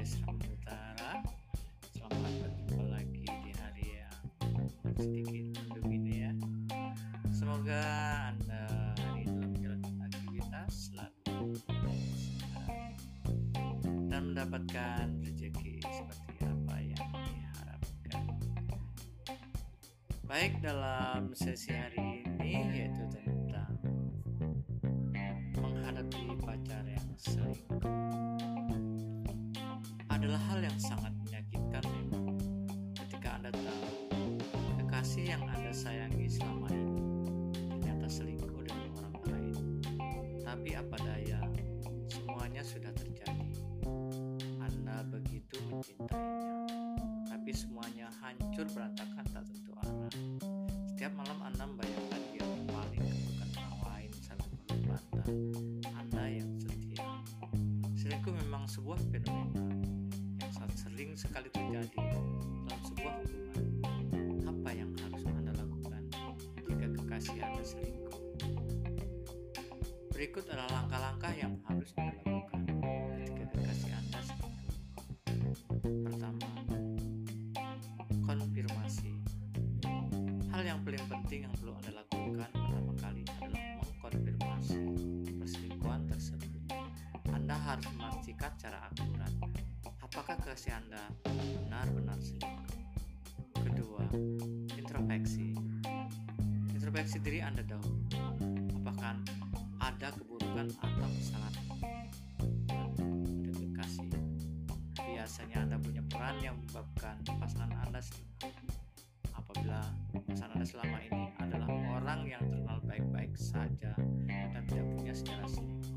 podcast Rambut Utara. Selamat berjumpa lagi di hari yang sedikit mendung ini ya. Semoga Anda hari ini dalam menjalankan aktivitas selalu sehat dan mendapatkan rezeki seperti apa yang diharapkan. Baik, dalam sesi hari ini yaitu tentang menghadapi pacar yang selingkuh adalah hal yang sangat menyakitkan memang ketika Anda tahu kekasih yang Anda sayangi selama ini ternyata selingkuh dengan orang lain. Tapi apa daya, semuanya sudah terjadi. Anda begitu mencintainya, tapi semuanya hancur berantakan tak tentu arah. Setiap malam Anda membayangkan dia berpaling ke pelukan orang lain sambil meluk mantan Anda yang setia. Selingkuh memang sebuah fenomena yang sangat sering sekali terjadi dalam sebuah hubungan. Apa yang harus Anda lakukan jika kekasih Anda selingkuh? Berikut adalah langkah-langkah yang harus Anda lakukan ketika kekasih Anda selingkuh. Pertama, konfirmasi. Hal yang paling penting yang perlu Anda lakukan pertama kali adalah mengkonfirmasi perselingkuhan tersebut. Anda harus memastikan secara akurat apakah kekasih Anda benar-benar selingkuh. Kedua, introspeksi. Introspeksi diri Anda dahulu. Apakah ada keburukan atau kesalahan pada kekasih? Biasanya Anda punya peran yang menyebabkan pasangan Anda selingkuh. Apabila pasangan Anda selama ini adalah orang yang terkenal baik-baik saja dan tidak punya sejarah selingkuh.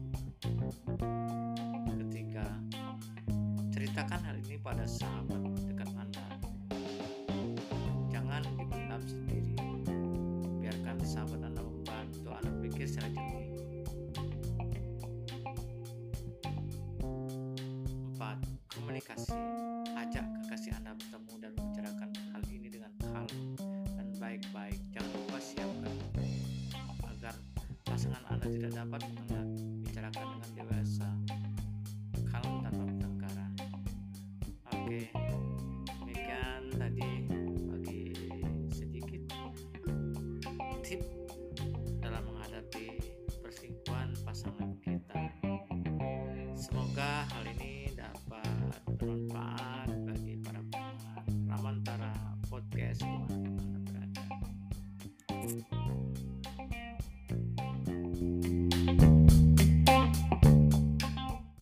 Ketiga, ceritakan hal ini pada sahabat dekat Anda. Jangan dipendam sendiri. Biarkan sahabat Anda membantu Anda berpikir secara jernih. 4. Komunikasi. Ajak kekasih Anda bertemu dan membicarakan hal ini dengan kalem dan baik-baik. Jangan lupa siapkan agar pasangan Anda tidak dapat bicarakan dengan dewasa, kalem tanpa pertengkaran. Oke, demikian tadi bagi sedikit tip dalam menghadapi perselingkuhan pasangan kita. Semoga hal ini dapat bermanfaat bagi para pendengar Ramantara Podcast dimanapun Anda berada.